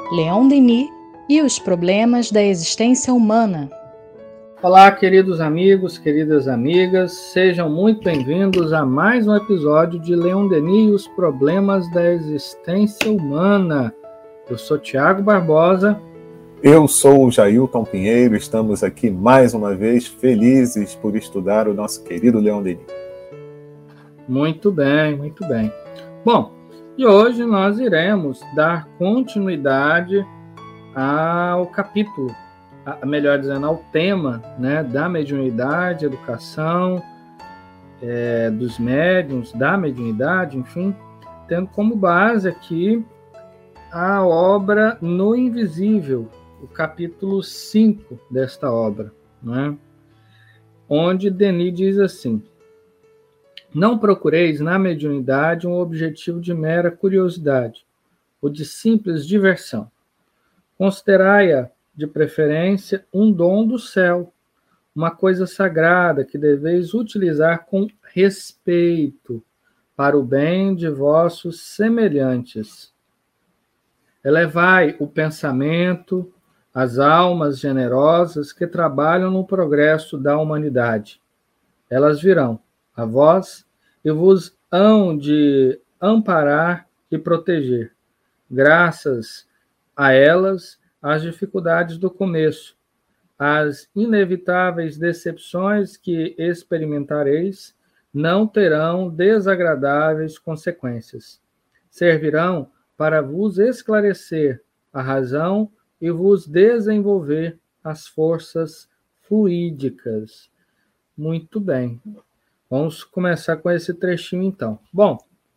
Leon Denis e os problemas da existência humana. Olá, queridos amigos, queridas amigas, sejam muito bem-vindos a mais um episódio de Leon Denis e os problemas da existência humana. Eu sou Tiago Barbosa. Eu sou o Jailton Pinheiro, estamos aqui mais uma vez felizes por estudar o nosso querido Leon Denis. Muito bem, muito bem. Bom, e hoje nós iremos dar continuidade ao capítulo, melhor dizendo, ao tema, né, da mediunidade, educação, dos médiuns, da mediunidade, enfim, tendo como base aqui a obra No Invisível, o capítulo 5 desta obra, né, onde Denis diz assim: não procureis na mediunidade um objetivo de mera curiosidade ou de simples diversão. Considerai-a, de preferência, um dom do céu, uma coisa sagrada que deveis utilizar com respeito para o bem de vossos semelhantes. Elevai o pensamento às almas generosas que trabalham no progresso da humanidade. Elas virão a vós e vos hão de amparar e proteger. Graças a elas, as dificuldades do começo, as inevitáveis decepções que experimentareis, não terão desagradáveis consequências. Servirão para vos esclarecer a razão e vos desenvolver as forças fluídicas. Muito bem. Vamos começar com esse trechinho, então. Bom,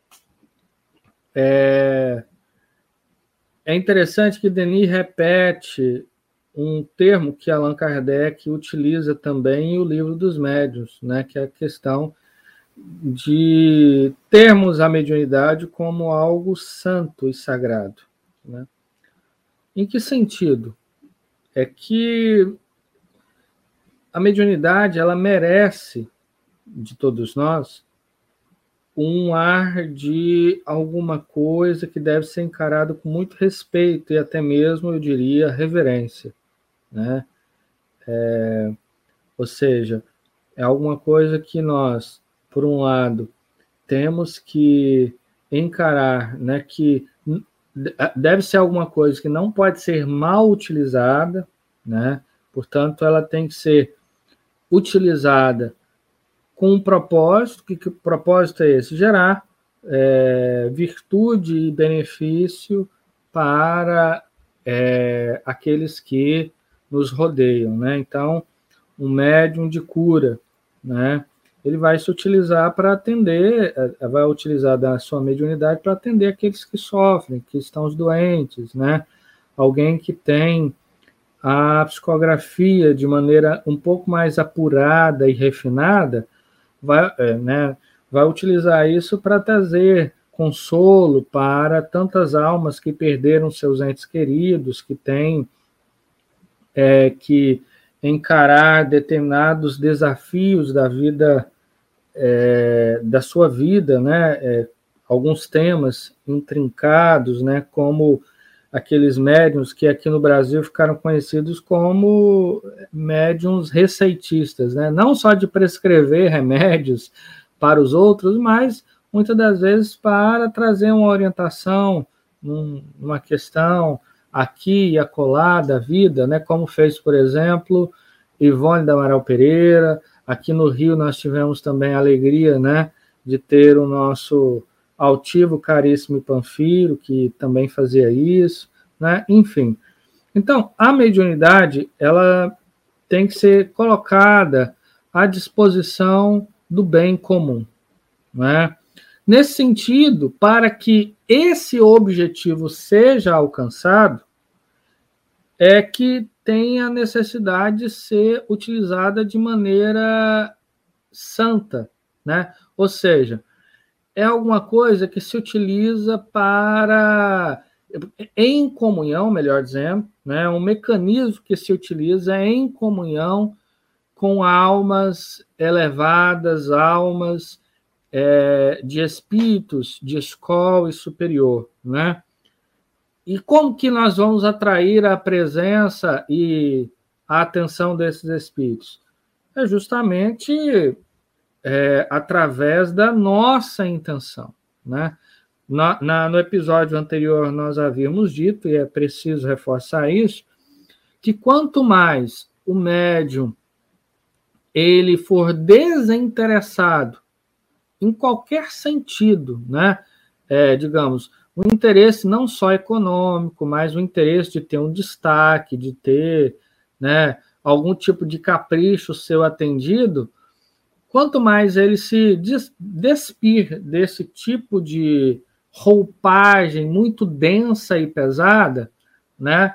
é interessante que Denis repete um termo que Allan Kardec utiliza também em O Livro dos Médiuns, né, que é a questão de termos a mediunidade como algo santo e sagrado, né? Em que sentido? É que a mediunidade, ela merece, de todos nós, um ar de alguma coisa que deve ser encarado com muito respeito e até mesmo, eu diria, reverência, né? Ou seja, é alguma coisa que nós, por um lado, temos que encarar, né, que deve ser alguma coisa que não pode ser mal utilizada, né? Portanto, ela tem que ser utilizada com um propósito. Que propósito é esse? Gerar virtude e benefício para aqueles que nos rodeiam, né? Então, um médium de cura, né, ele vai se utilizar para atender, vai utilizar da sua mediunidade para atender aqueles que sofrem, que estão os doentes, né? Alguém que tem a psicografia de maneira um pouco mais apurada e refinada, vai utilizar isso para trazer consolo para tantas almas que perderam seus entes queridos, que têm que encarar determinados desafios da vida, da sua vida, né? Alguns temas intrincados, né? Como aqueles médiuns que aqui no Brasil ficaram conhecidos como médiuns receitistas, né? Não só de prescrever remédios para os outros, mas muitas das vezes para trazer uma orientação numa questão aqui e acolá da vida, né? Como fez, por exemplo, Ivone da Amaral Pereira. Aqui no Rio nós tivemos também a alegria, né, de ter o nosso altivo, caríssimo Panfiro, que também fazia isso, né? Enfim. Então, a mediunidade, ela tem que ser colocada à disposição do bem comum, né? Nesse sentido, para que esse objetivo seja alcançado, é que tem a necessidade de ser utilizada de maneira santa, né? Ou seja, é alguma coisa que se utiliza para, em comunhão, melhor dizendo, né? Um mecanismo que se utiliza em comunhão com almas elevadas, almas de espíritos de escola e superior, né? E como que nós vamos atrair a presença e a atenção desses espíritos? É justamente através da nossa intenção, né? No episódio anterior nós havíamos dito, e é preciso reforçar isso, que quanto mais o médium ele for desinteressado em qualquer sentido, né? Digamos, o interesse não só econômico, mas o interesse de ter um destaque, de ter, né, algum tipo de capricho seu atendido, quanto mais ele se despir desse tipo de roupagem muito densa e pesada, né,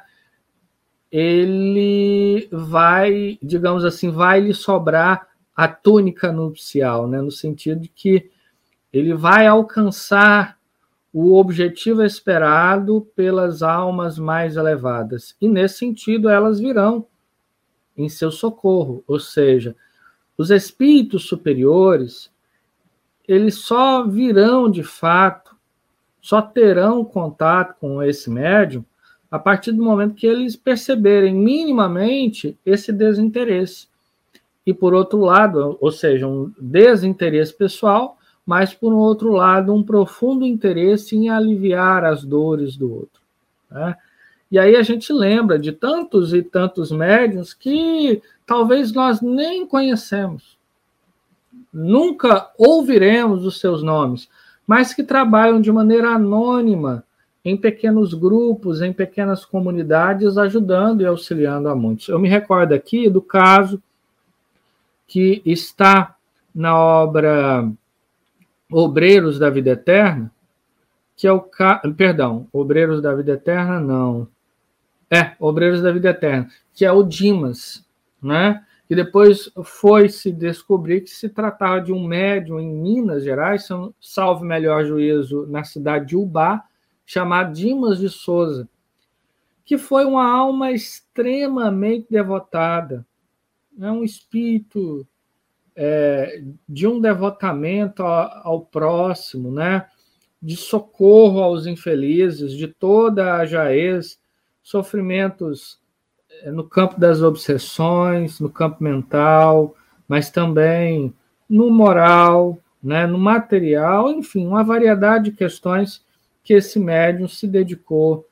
ele vai, digamos assim, vai lhe sobrar a túnica nupcial, né, no sentido de que ele vai alcançar o objetivo esperado pelas almas mais elevadas. E, nesse sentido, elas virão em seu socorro. Ou seja, os espíritos superiores, eles só virão, de fato, só terão contato com esse médium a partir do momento que eles perceberem minimamente esse desinteresse. E, por outro lado, ou seja, um desinteresse pessoal, mas, por um outro lado, um profundo interesse em aliviar as dores do outro, né? E aí a gente lembra de tantos e tantos médiuns que talvez nós nem conhecemos, nunca ouviremos os seus nomes, mas que trabalham de maneira anônima, em pequenos grupos, em pequenas comunidades, ajudando e auxiliando a muitos. Eu me recordo aqui do caso que está na obra Obreiros da Vida Eterna, que é o perdão, Obreiros da Vida Eterna não. Obreiros da Vida Eterna, que é o Dimas, né? E depois foi-se descobrir que se tratava de um médium em Minas Gerais, salvo melhor juízo, na cidade de Ubá, chamado Dimas de Souza, que foi uma alma extremamente devotada, é um espírito de um devotamento ao próximo, né? De socorro aos infelizes, de toda a jaez, sofrimentos no campo das obsessões, no campo mental, mas também no moral, né? No material, enfim, uma variedade de questões que esse médium se dedicou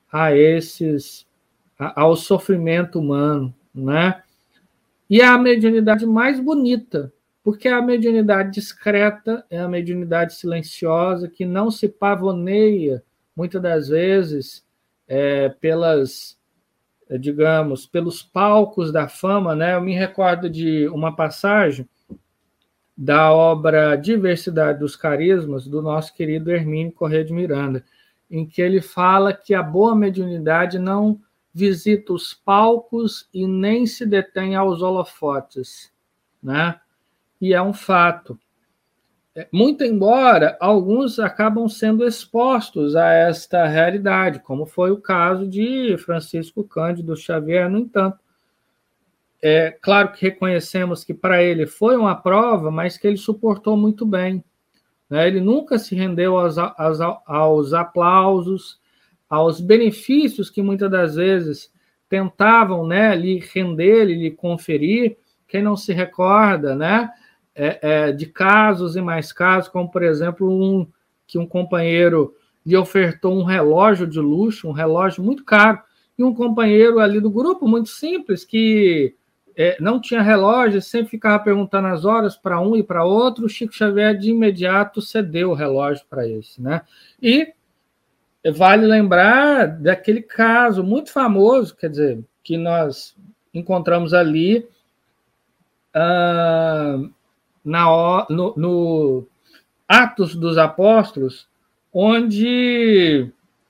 ao sofrimento humano, né? E é a mediunidade mais bonita, porque é a mediunidade discreta, é a mediunidade silenciosa, que não se pavoneia, muitas das vezes, pelos palcos da fama, né? Eu me recordo de uma passagem da obra Diversidade dos Carismas, do nosso querido Hermínio Corrêa de Miranda, em que ele fala que a boa mediunidade não visita os palcos e nem se detém aos holofotes, né? E é um fato. Muito embora alguns acabam sendo expostos a esta realidade, como foi o caso de Francisco Cândido Xavier, no entanto. É claro que reconhecemos que para ele foi uma prova, mas que ele suportou muito bem, né? Ele nunca se rendeu aos aplausos, aos benefícios que muitas das vezes tentavam, né, lhe render, lhe conferir. Quem não se recorda, né, de casos e mais casos, como, por exemplo, que um companheiro lhe ofertou um relógio de luxo, um relógio muito caro, e um companheiro ali do grupo, muito simples, que não tinha relógio, sempre ficava perguntando as horas para um e para outro, o Chico Xavier de imediato cedeu o relógio para esse, né? E vale lembrar daquele caso muito famoso, quer dizer, que nós encontramos ali no Atos dos Apóstolos, onde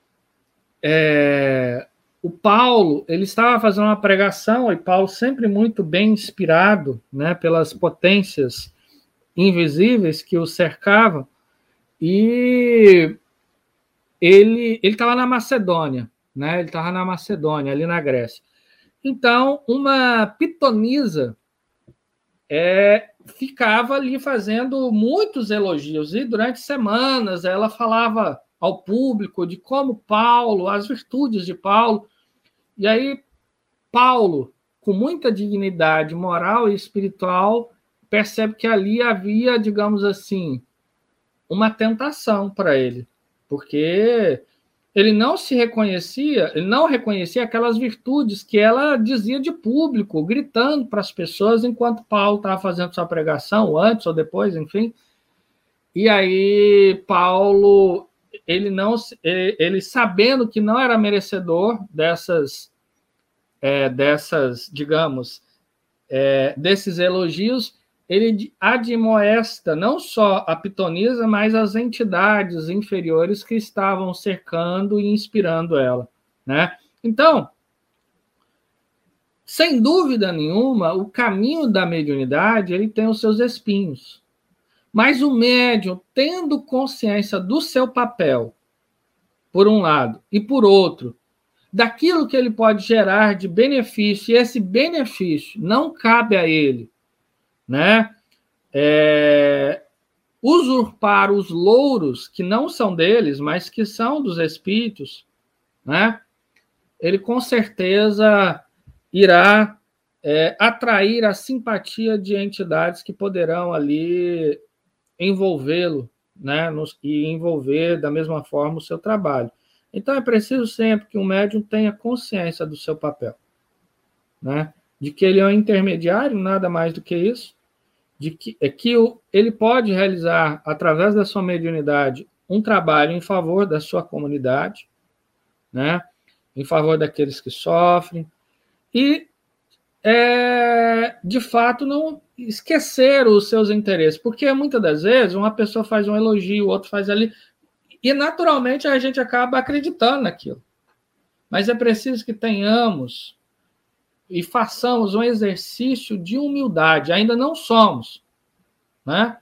o Paulo ele estava fazendo uma pregação, e Paulo sempre muito bem inspirado, né, pelas potências invisíveis que o cercavam, e ele estava na Macedônia, né? Ele estava na Macedônia, ali na Grécia. Então, uma pitonisa ficava ali fazendo muitos elogios, e durante semanas ela falava ao público de como Paulo, as virtudes de Paulo. E aí, Paulo, com muita dignidade moral e espiritual, percebe que ali havia, digamos assim, uma tentação para ele, porque ele não se reconhecia, ele não reconhecia aquelas virtudes que ela dizia de público, gritando para as pessoas enquanto Paulo estava fazendo sua pregação, antes ou depois, enfim. E aí Paulo, ele sabendo que não era merecedor dessas, digamos, desses elogios, ele admoesta não só a pitonisa, mas as entidades inferiores que estavam cercando e inspirando ela, né? Então, sem dúvida nenhuma, o caminho da mediunidade ele tem os seus espinhos. Mas o médium, tendo consciência do seu papel, por um lado, e por outro, daquilo que ele pode gerar de benefício, e esse benefício não cabe a ele, né? Usurpar os louros que não são deles, mas que são dos espíritos, né? Ele com certeza irá atrair a simpatia de entidades que poderão ali envolvê-lo, né? E envolver da mesma forma o seu trabalho. Então é preciso sempre que o médium tenha consciência do seu papel, né? De que ele é um intermediário, nada mais do que isso, de que ele pode realizar, através da sua mediunidade, um trabalho em favor da sua comunidade, né? Em favor daqueles que sofrem, e, de fato, não esquecer os seus interesses, porque muitas das vezes uma pessoa faz um elogio, o outro faz ali, e naturalmente a gente acaba acreditando naquilo. Mas é preciso que tenhamos e façamos um exercício de humildade. Ainda não somos, né?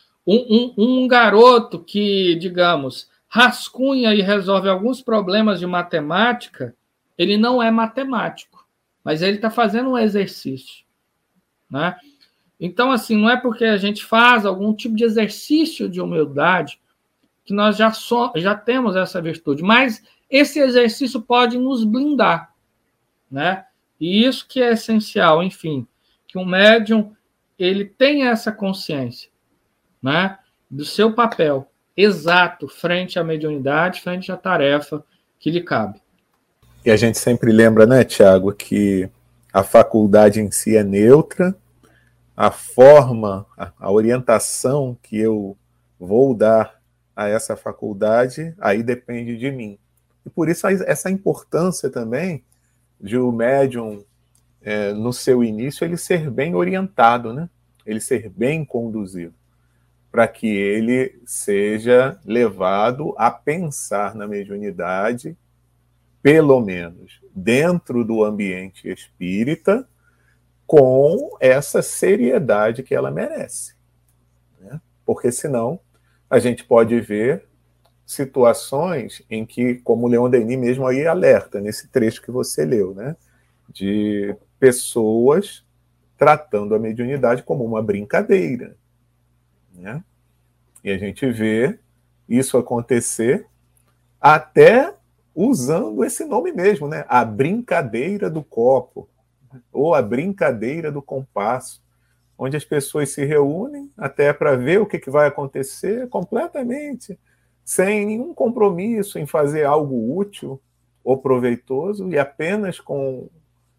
Um garoto que, digamos, rascunha e resolve alguns problemas de matemática, ele não é matemático, mas ele está fazendo um exercício, né? Então, assim, não é porque a gente faz algum tipo de exercício de humildade que nós já temos essa virtude, mas esse exercício pode nos blindar, né? E isso que é essencial, enfim, que um médium ele tenha essa consciência, né, do seu papel exato frente à mediunidade, frente à tarefa que lhe cabe. E a gente sempre lembra, né, Tiago, que a faculdade em si é neutra, a forma, a orientação que eu vou dar a essa faculdade, aí depende de mim. E por isso essa importância também de o médium, no seu início, ele ser bem orientado, né? Ele ser bem conduzido, para que ele seja levado a pensar na mediunidade, pelo menos dentro do ambiente espírita, com essa seriedade que ela merece, né? Porque senão a gente pode ver situações em que, como o Leon Denis mesmo aí alerta, nesse trecho que você leu, né, de pessoas tratando a mediunidade como uma brincadeira, né? E a gente vê isso acontecer até usando esse nome mesmo, né? A brincadeira do copo, ou a brincadeira do compasso, onde as pessoas se reúnem até para ver o que vai acontecer completamente sem nenhum compromisso em fazer algo útil ou proveitoso, e apenas com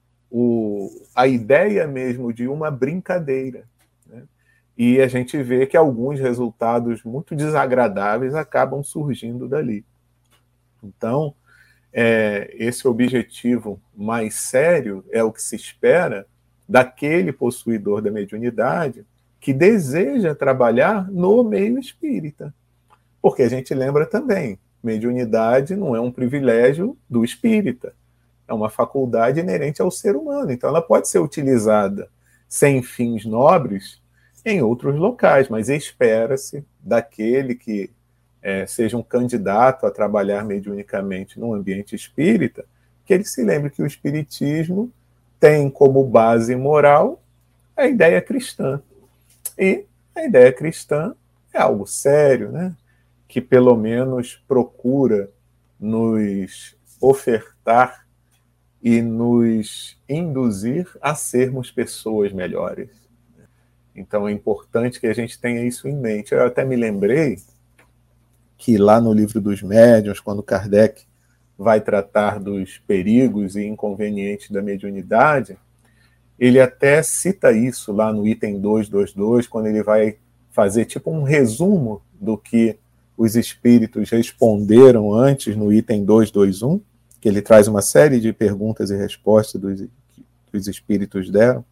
a ideia mesmo de uma brincadeira, né? E a gente vê que alguns resultados muito desagradáveis acabam surgindo dali. Então, esse objetivo mais sério é o que se espera daquele possuidor da mediunidade que deseja trabalhar no meio espírita. Porque a gente lembra também, mediunidade não é um privilégio do espírita, é uma faculdade inerente ao ser humano. Então ela pode ser utilizada sem fins nobres em outros locais, mas espera-se daquele que seja um candidato a trabalhar mediunicamente no ambiente espírita, que ele se lembre que o espiritismo tem como base moral a ideia cristã. E a ideia cristã é algo sério, né? que pelo menos procura nos ofertar e nos induzir a sermos pessoas melhores. Então é importante que a gente tenha isso em mente. Eu até me lembrei que lá no Livro dos Médiuns, quando Kardec vai tratar dos perigos e inconvenientes da mediunidade, ele até cita isso lá no item 222, quando ele vai fazer tipo um resumo do que os espíritos responderam antes no item 221, que ele traz uma série de perguntas e respostas dos espíritos deram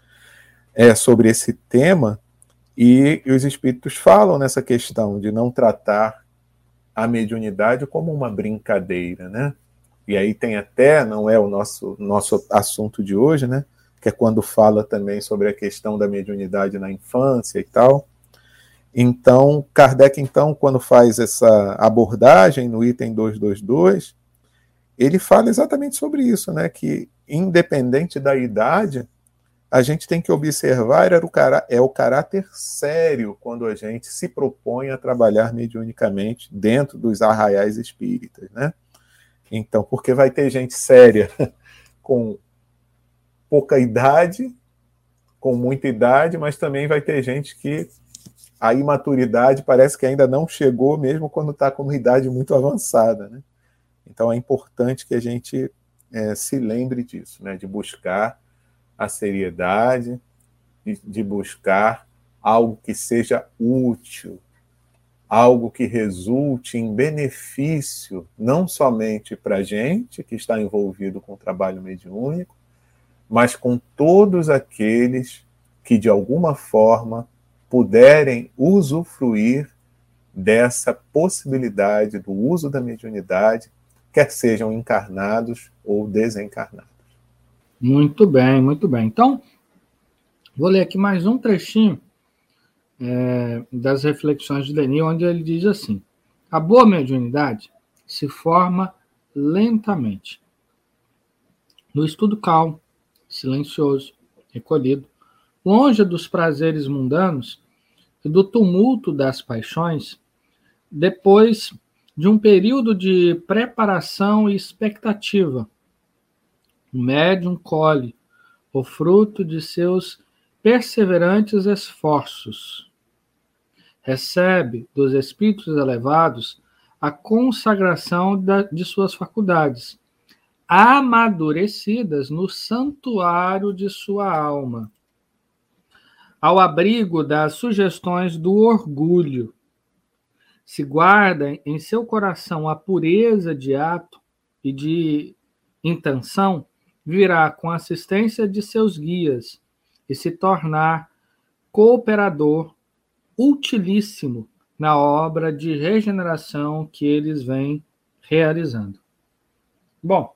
sobre esse tema, e os espíritos falam nessa questão de não tratar a mediunidade como uma brincadeira, né? E aí tem até, não é o nosso assunto de hoje, né? Que é quando fala também sobre a questão da mediunidade na infância e tal. Então, Kardec, então, quando faz essa abordagem no item 222, ele fala exatamente sobre isso, né? Que, independente da idade, a gente tem que observar o caráter sério quando a gente se propõe a trabalhar mediunicamente dentro dos arraiais espíritas, né? Então, porque vai ter gente séria com pouca idade, com muita idade, mas também vai ter gente que a imaturidade parece que ainda não chegou, mesmo quando está com uma idade muito avançada, né? Então é importante que a gente se lembre disso, né? De buscar a seriedade, de buscar algo que seja útil, algo que resulte em benefício, não somente para a gente que está envolvido com o trabalho mediúnico, mas com todos aqueles que, de alguma forma, puderem usufruir dessa possibilidade do uso da mediunidade, quer sejam encarnados ou desencarnados. Muito bem, muito bem. Então, vou ler aqui mais um trechinho das reflexões de Denis, onde ele diz assim: a boa mediunidade se forma lentamente, no estudo calmo, silencioso, recolhido, longe dos prazeres mundanos e do tumulto das paixões, depois de um período de preparação e expectativa. O médium colhe o fruto de seus perseverantes esforços. Recebe dos espíritos elevados a consagração de suas faculdades, amadurecidas no santuário de sua alma, ao abrigo das sugestões do orgulho. Se guarda em seu coração a pureza de ato e de intenção, virá com a assistência de seus guias e se tornar cooperador utilíssimo na obra de regeneração que eles vêm realizando. Bom,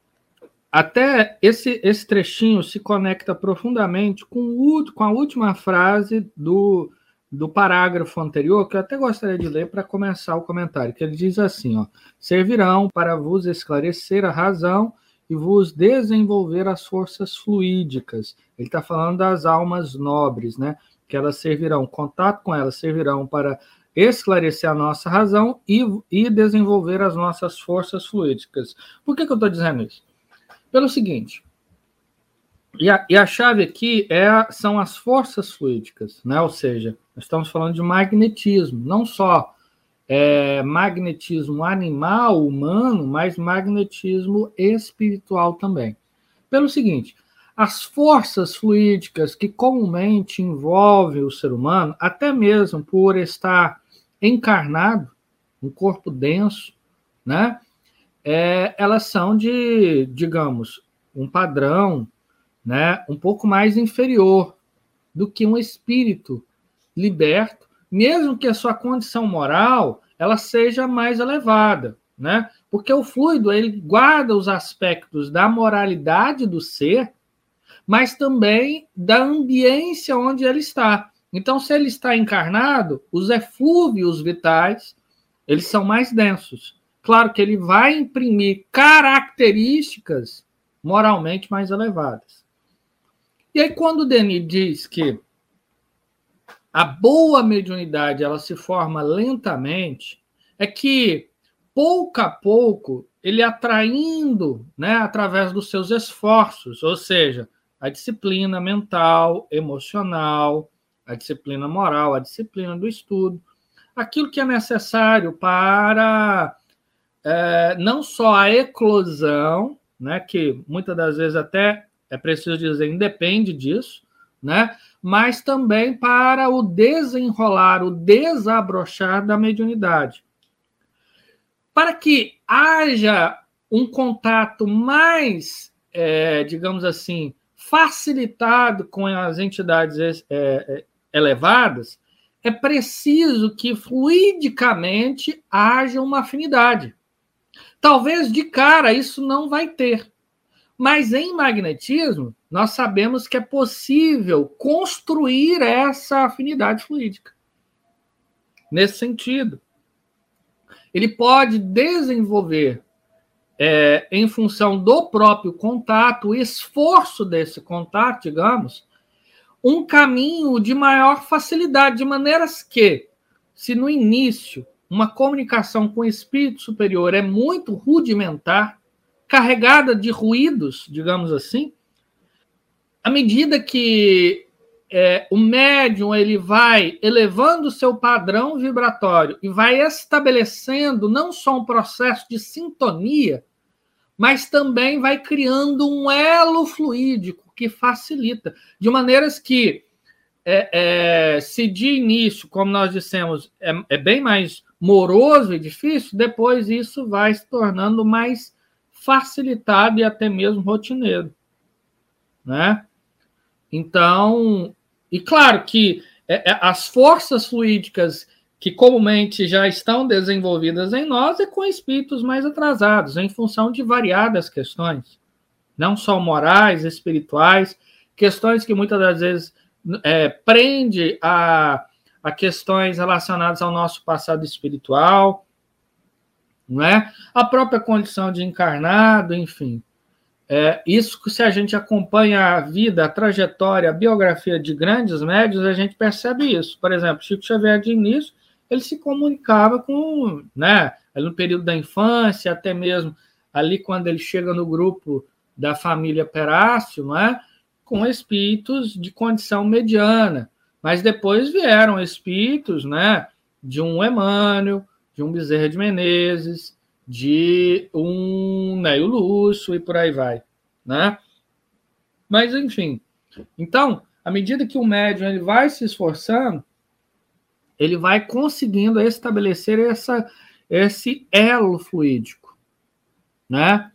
até esse trechinho se conecta profundamente com a última frase do parágrafo anterior, que eu até gostaria de ler para começar o comentário, que ele diz assim, ó: servirão para vos esclarecer a razão e vos desenvolver as forças fluídicas. Ele está falando das almas nobres, né? Que elas servirão, contato com elas servirão para esclarecer a nossa razão e desenvolver as nossas forças fluídicas. Por que eu estou dizendo isso? Pelo seguinte, e a chave aqui são as forças fluídicas, né? Ou seja, nós estamos falando de magnetismo, não só magnetismo animal, humano, mas magnetismo espiritual também. Pelo seguinte, as forças fluídicas que comumente envolvem o ser humano, até mesmo por estar encarnado, um corpo denso, né? Elas são de, digamos, um padrão, né, um pouco mais inferior do que um espírito liberto, mesmo que a sua condição moral ela seja mais elevada, né? Porque o fluido ele guarda os aspectos da moralidade do ser, mas também da ambiência onde ele está. Então, se ele está encarnado, os eflúvios vitais eles são mais densos. Claro que ele vai imprimir características moralmente mais elevadas. E aí, quando o Denis diz que a boa mediunidade ela se forma lentamente, é que, pouco a pouco, ele atraindo, né, através dos seus esforços, ou seja, a disciplina mental, emocional, a disciplina moral, a disciplina do estudo, aquilo que é necessário para não só a eclosão, né, que muitas das vezes até é preciso dizer, independe disso, né, mas também para o desenrolar, o desabrochar da mediunidade. Para que haja um contato mais, digamos assim, facilitado com as entidades elevadas, é preciso que fluidicamente haja uma afinidade. Talvez de cara isso não vai ter, mas em magnetismo nós sabemos que é possível construir essa afinidade fluídica. Nesse sentido, ele pode desenvolver, em função do próprio contato, o esforço desse contato, digamos, um caminho de maior facilidade, de maneiras que, se no início uma comunicação com o espírito superior é muito rudimentar, carregada de ruídos, digamos assim, à medida que o médium ele vai elevando o seu padrão vibratório e vai estabelecendo não só um processo de sintonia, mas também vai criando um elo fluídico que facilita, de maneiras que, se de início, como nós dissemos, é bem mais moroso e difícil, depois isso vai se tornando mais facilitado e até mesmo rotineiro, né? Então, e claro que as forças fluídicas que comumente já estão desenvolvidas em nós é com espíritos mais atrasados, em função de variadas questões, não só morais, espirituais, questões que muitas das vezes prende a questões relacionadas ao nosso passado espiritual, não é? A própria condição de encarnado, enfim. Isso, se a gente acompanha a vida, a trajetória, a biografia de grandes médiuns, a gente percebe isso. Por exemplo, Chico Xavier, de início, ele se comunicava com, né, ali no período da infância, até mesmo ali quando ele chega no grupo da família Perácio, não é? Com espíritos de condição mediana. Mas depois vieram espíritos, né, de um Emmanuel, de um Bezerra de Menezes, de um Nélio Lúcio e por aí vai, né? Mas, enfim, então, à medida que o médium ele vai se esforçando, ele vai conseguindo estabelecer esse elo fluídico, né?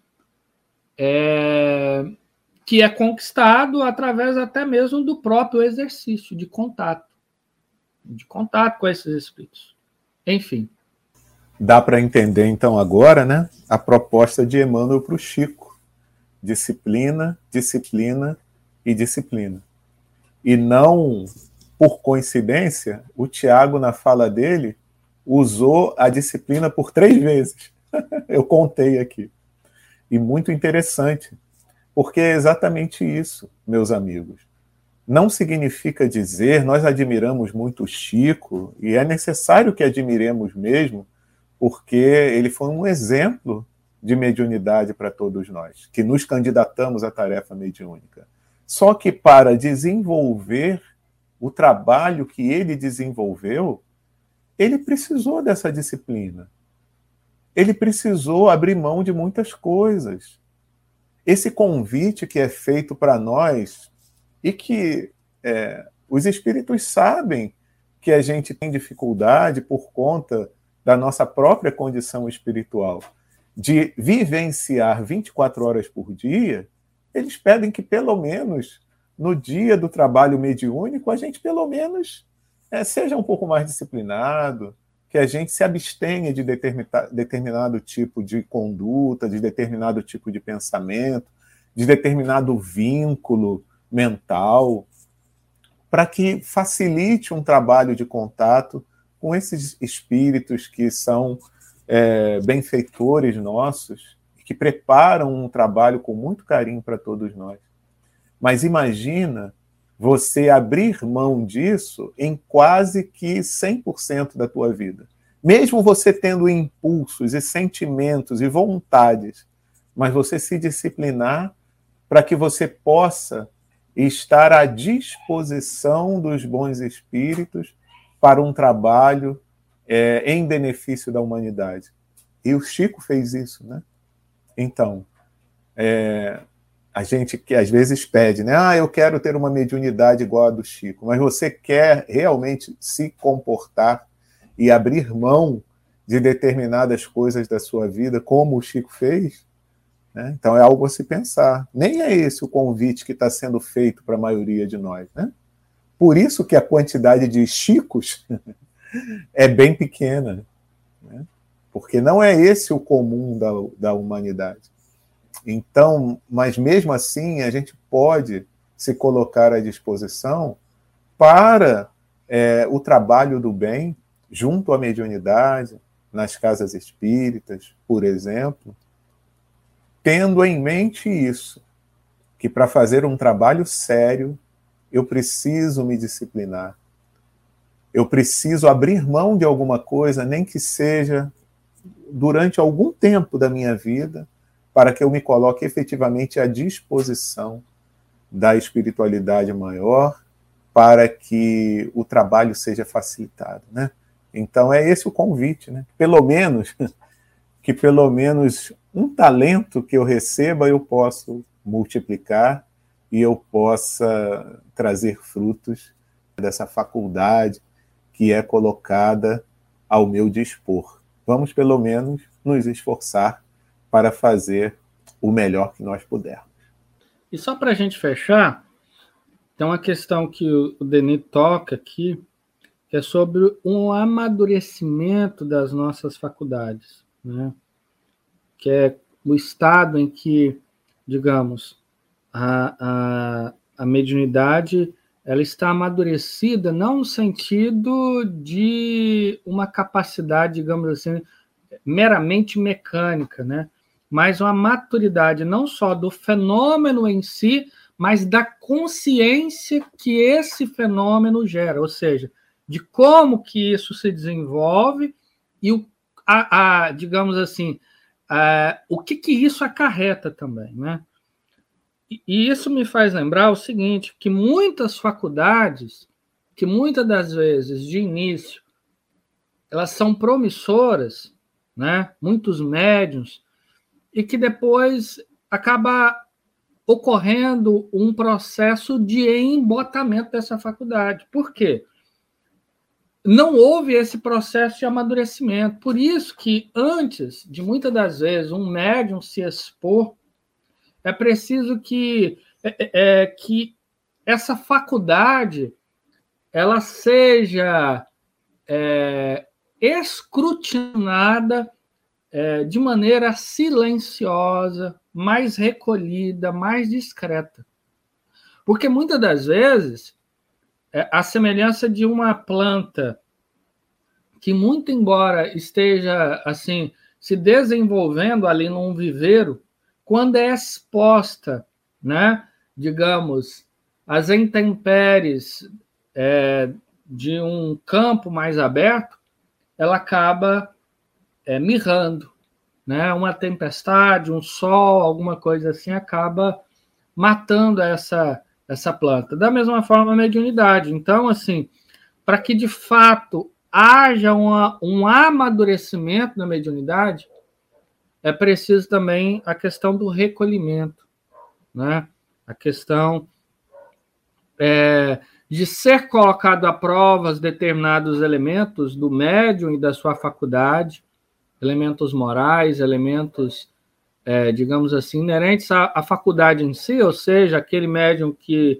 Que é conquistado através até mesmo do próprio exercício de contato com esses espíritos. Enfim. Dá para entender, então, agora, né, a proposta de Emmanuel para o Chico. Disciplina, disciplina e disciplina. E não, por coincidência, o Tiago, na fala dele, usou a disciplina por 3 vezes. Eu contei aqui. E muito interessante, porque é exatamente isso, meus amigos. Não significa dizer, nós admiramos muito o Chico, e é necessário que admiremos mesmo, porque ele foi um exemplo de mediunidade para todos nós, que nos candidatamos à tarefa mediúnica. Só que para desenvolver o trabalho que ele desenvolveu, ele precisou dessa disciplina. Ele precisou abrir mão de muitas coisas. Esse convite que é feito para nós, e que os espíritos sabem que a gente tem dificuldade por conta da nossa própria condição espiritual, de vivenciar 24 horas por dia, eles pedem que, pelo menos, no dia do trabalho mediúnico, a gente, pelo menos, seja um pouco mais disciplinado, que a gente se abstenha de determinado tipo de conduta, de determinado tipo de pensamento, de determinado vínculo mental, para que facilite um trabalho de contato com esses espíritos que são benfeitores nossos, que preparam um trabalho com muito carinho para todos nós. Mas imagina você abrir mão disso em quase que 100% da tua vida. mesmo você tendo impulsos e sentimentos e vontades, mas você se disciplinar para que você possa estar à disposição dos bons espíritos para um trabalho em benefício da humanidade. E o Chico fez isso, né? Então, a gente que às vezes pede, né? Eu quero ter uma mediunidade igual a do Chico, mas você quer realmente se comportar e abrir mão de determinadas coisas da sua vida, como o Chico fez? Né? Então é algo a se pensar. Nem é esse o convite que está sendo feito para a maioria de nós. Né? Por isso que a quantidade de Chicos é bem pequena. Né? Porque não é esse o comum da humanidade. Então, mas mesmo assim, a gente pode se colocar à disposição para o trabalho do bem, junto à mediunidade, nas casas espíritas, por exemplo, tendo em mente isso, que para fazer um trabalho sério, eu preciso me disciplinar. Eu preciso abrir mão de alguma coisa, nem que seja durante algum tempo da minha vida, para que eu me coloque efetivamente à disposição da espiritualidade maior, para que o trabalho seja facilitado, né? Então é esse o convite, né? Que pelo menos um talento que eu receba eu posso multiplicar e eu possa trazer frutos dessa faculdade que é colocada ao meu dispor. Vamos pelo menos nos esforçar para fazer o melhor que nós pudermos. E só para a gente fechar, tem uma questão que o Denis toca aqui, que é sobre um amadurecimento das nossas faculdades, né? Que é o estado em que, digamos, a mediunidade ela está amadurecida, não no sentido de uma capacidade, digamos assim, meramente mecânica, né? Mas uma maturidade não só do fenômeno em si, mas da consciência que esse fenômeno gera, ou seja, de como que isso se desenvolve e digamos assim, o que isso acarreta também, né? E isso me faz lembrar o seguinte, que muitas faculdades, que muitas das vezes, de início, elas são promissoras, né? Muitos médiuns, e que depois acaba ocorrendo um processo de embotamento dessa faculdade. Por quê? Não houve esse processo de amadurecimento. Por isso que, antes de, muitas das vezes, um médium se expor, é preciso que essa faculdade ela seja escrutinada de maneira silenciosa, mais recolhida, mais discreta. Porque, muitas das vezes, a semelhança de uma planta que, muito embora esteja assim se desenvolvendo ali num viveiro, quando é exposta, né, digamos, às intempéries de um campo mais aberto, ela acaba mirrando, né? Uma tempestade, um sol, alguma coisa assim, acaba matando essa planta. Da mesma forma, a mediunidade. Então, assim, para que de fato haja um amadurecimento na mediunidade, é preciso também a questão do recolhimento, né? A questão de ser colocado à prova determinados elementos do médium e da sua faculdade, elementos morais, elementos, digamos assim, inerentes à faculdade em si, ou seja, aquele médium que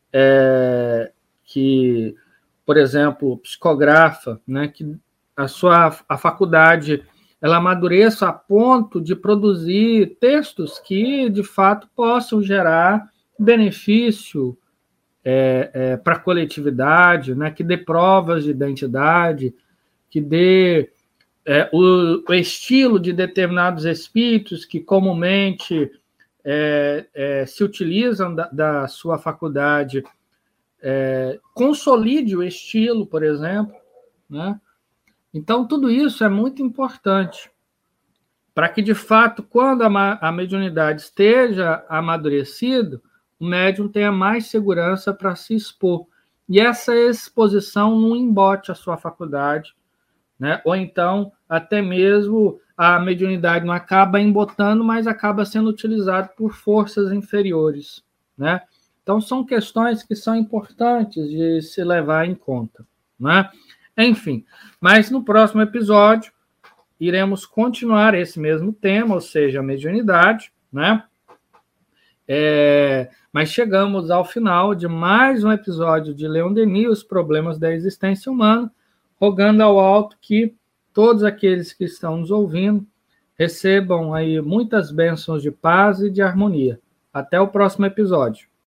por exemplo, psicografa, né? Que a faculdade ela amadureça a ponto de produzir textos que, de fato, possam gerar benefício para a coletividade, né? Que dê provas de identidade, que dê o estilo de determinados espíritos que comumente se utilizam da sua faculdade, consolide o estilo, por exemplo, né? Então, tudo isso é muito importante para que, de fato, quando a mediunidade esteja amadurecida, o médium tenha mais segurança para se expor. E essa exposição não embote a sua faculdade, né? Ou então, até mesmo, a mediunidade não acaba embotando, mas acaba sendo utilizada por forças inferiores, né? Então, são questões que são importantes de se levar em conta, né? Enfim, mas no próximo episódio, iremos continuar esse mesmo tema, ou seja, a mediunidade, né? Mas chegamos ao final de mais um episódio de Leon Denis, Os Problemas da Existência Humana, rogando ao alto que todos aqueles que estão nos ouvindo recebam aí muitas bênçãos de paz e de harmonia. Até o próximo episódio.